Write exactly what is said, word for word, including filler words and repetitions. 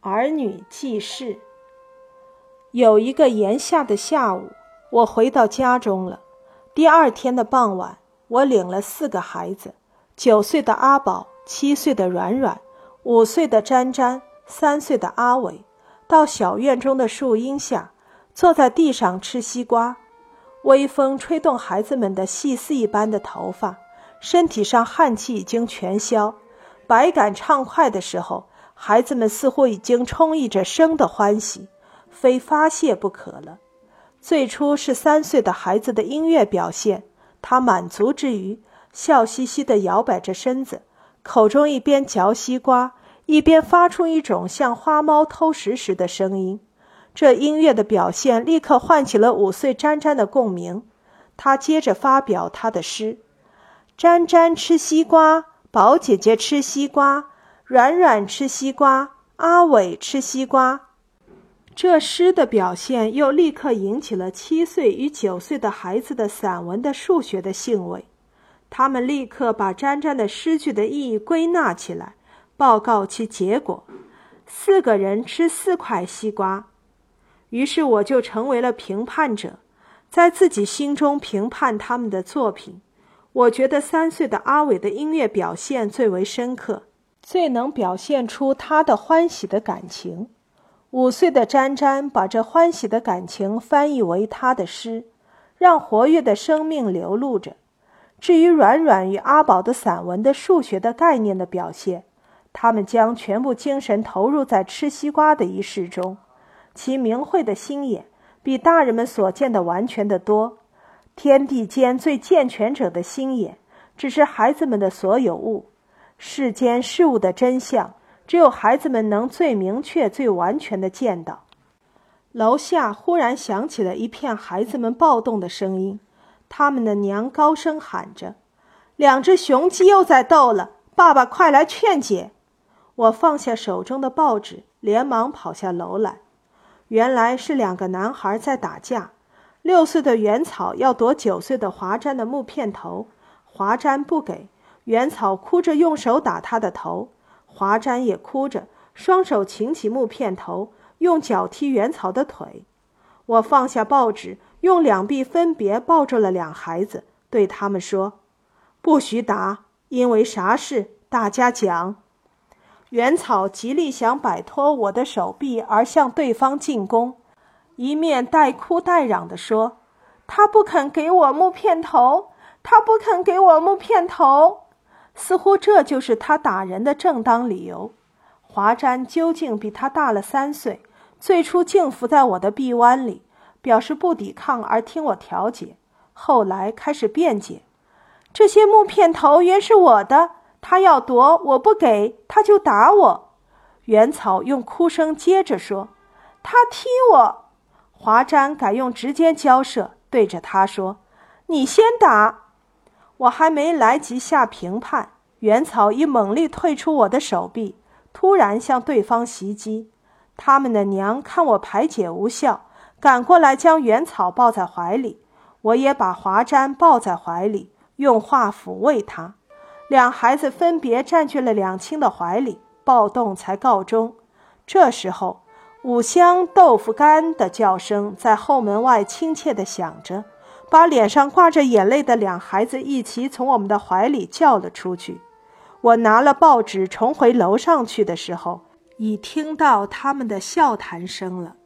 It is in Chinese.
儿女记事。有一个炎夏的下午，我回到家中了。第二天的傍晚，我领了四个孩子，九岁的阿宝，七岁的软软，五岁的詹詹，三岁的阿伟，到小院中的树荫下，坐在地上吃西瓜。微风吹动孩子们的细丝一般的头发，身体上汗气已经全消。百感畅快的时候，孩子们似乎已经充溢着生的欢喜，非发泄不可了。最初是三岁的孩子的音乐表现，他满足之余，笑嘻嘻地摇摆着身子，口中一边嚼西瓜，一边发出一种像花猫偷食时的声音。这音乐的表现立刻唤起了五岁詹詹的共鸣。他接着发表他的诗：詹詹吃西瓜，宝姐姐吃西瓜，软软吃西瓜，阿伟吃西瓜。这诗的表现又立刻引起了七岁与九岁的孩子的散文的数学的兴味。他们立刻把詹詹的诗句的意义归纳起来，报告其结果：四个人吃四块西瓜。于是我就成为了评判者，在自己心中评判他们的作品。我觉得三岁的阿伟的音乐表现最为深刻，最能表现出他的欢喜的感情。五岁的詹詹把这欢喜的感情翻译为他的诗，让活跃的生命流露着。至于软软与阿宝的散文的数学的概念的表现，他们将全部精神投入在吃西瓜的仪式中，其明慧的心眼比大人们所见的完全的多。天地间最健全者的心眼，只是孩子们的所有物。世间事物的真相，只有孩子们能最明确最完全地见到。楼下忽然响起了一片孩子们暴动的声音，他们的娘高声喊着：两只雄鸡又在斗了，爸爸快来劝解。我放下手中的报纸，连忙跑下楼来。原来是两个男孩在打架，六岁的元草要夺九岁的华瞻的木片头，华瞻不给，元草哭着用手打他的头，华瞻也哭着，双手擎起木片头，用脚踢元草的腿。我放下报纸，用两臂分别抱住了两孩子，对他们说：不许打，因为啥事，大家讲。元草极力想摆脱我的手臂而向对方进攻，一面带哭带嚷地说：他不肯给我木片头，他不肯给我木片头。似乎这就是他打人的正当理由。华瞻究竟比他大了三岁，最初竟伏在我的臂弯里，表示不抵抗而听我调解，后来开始辩解：这些木片头原是我的，他要夺，我不给，他就打我。元草用哭声接着说：他踢我。华瞻改用直接交涉，对着他说：你先打。我还没来及下评判，元草已猛力退出我的手臂，突然向对方袭击。他们的娘看我排解无效，赶过来将元草抱在怀里，我也把华瞻抱在怀里，用话抚慰他。两孩子分别占据了两亲的怀里，暴动才告终。这时候，五香豆腐干的叫声在后门外亲切地响着，把脸上挂着眼泪的两孩子一起从我们的怀里叫了出去。我拿了报纸重回楼上去的时候，已听到他们的笑谈声了。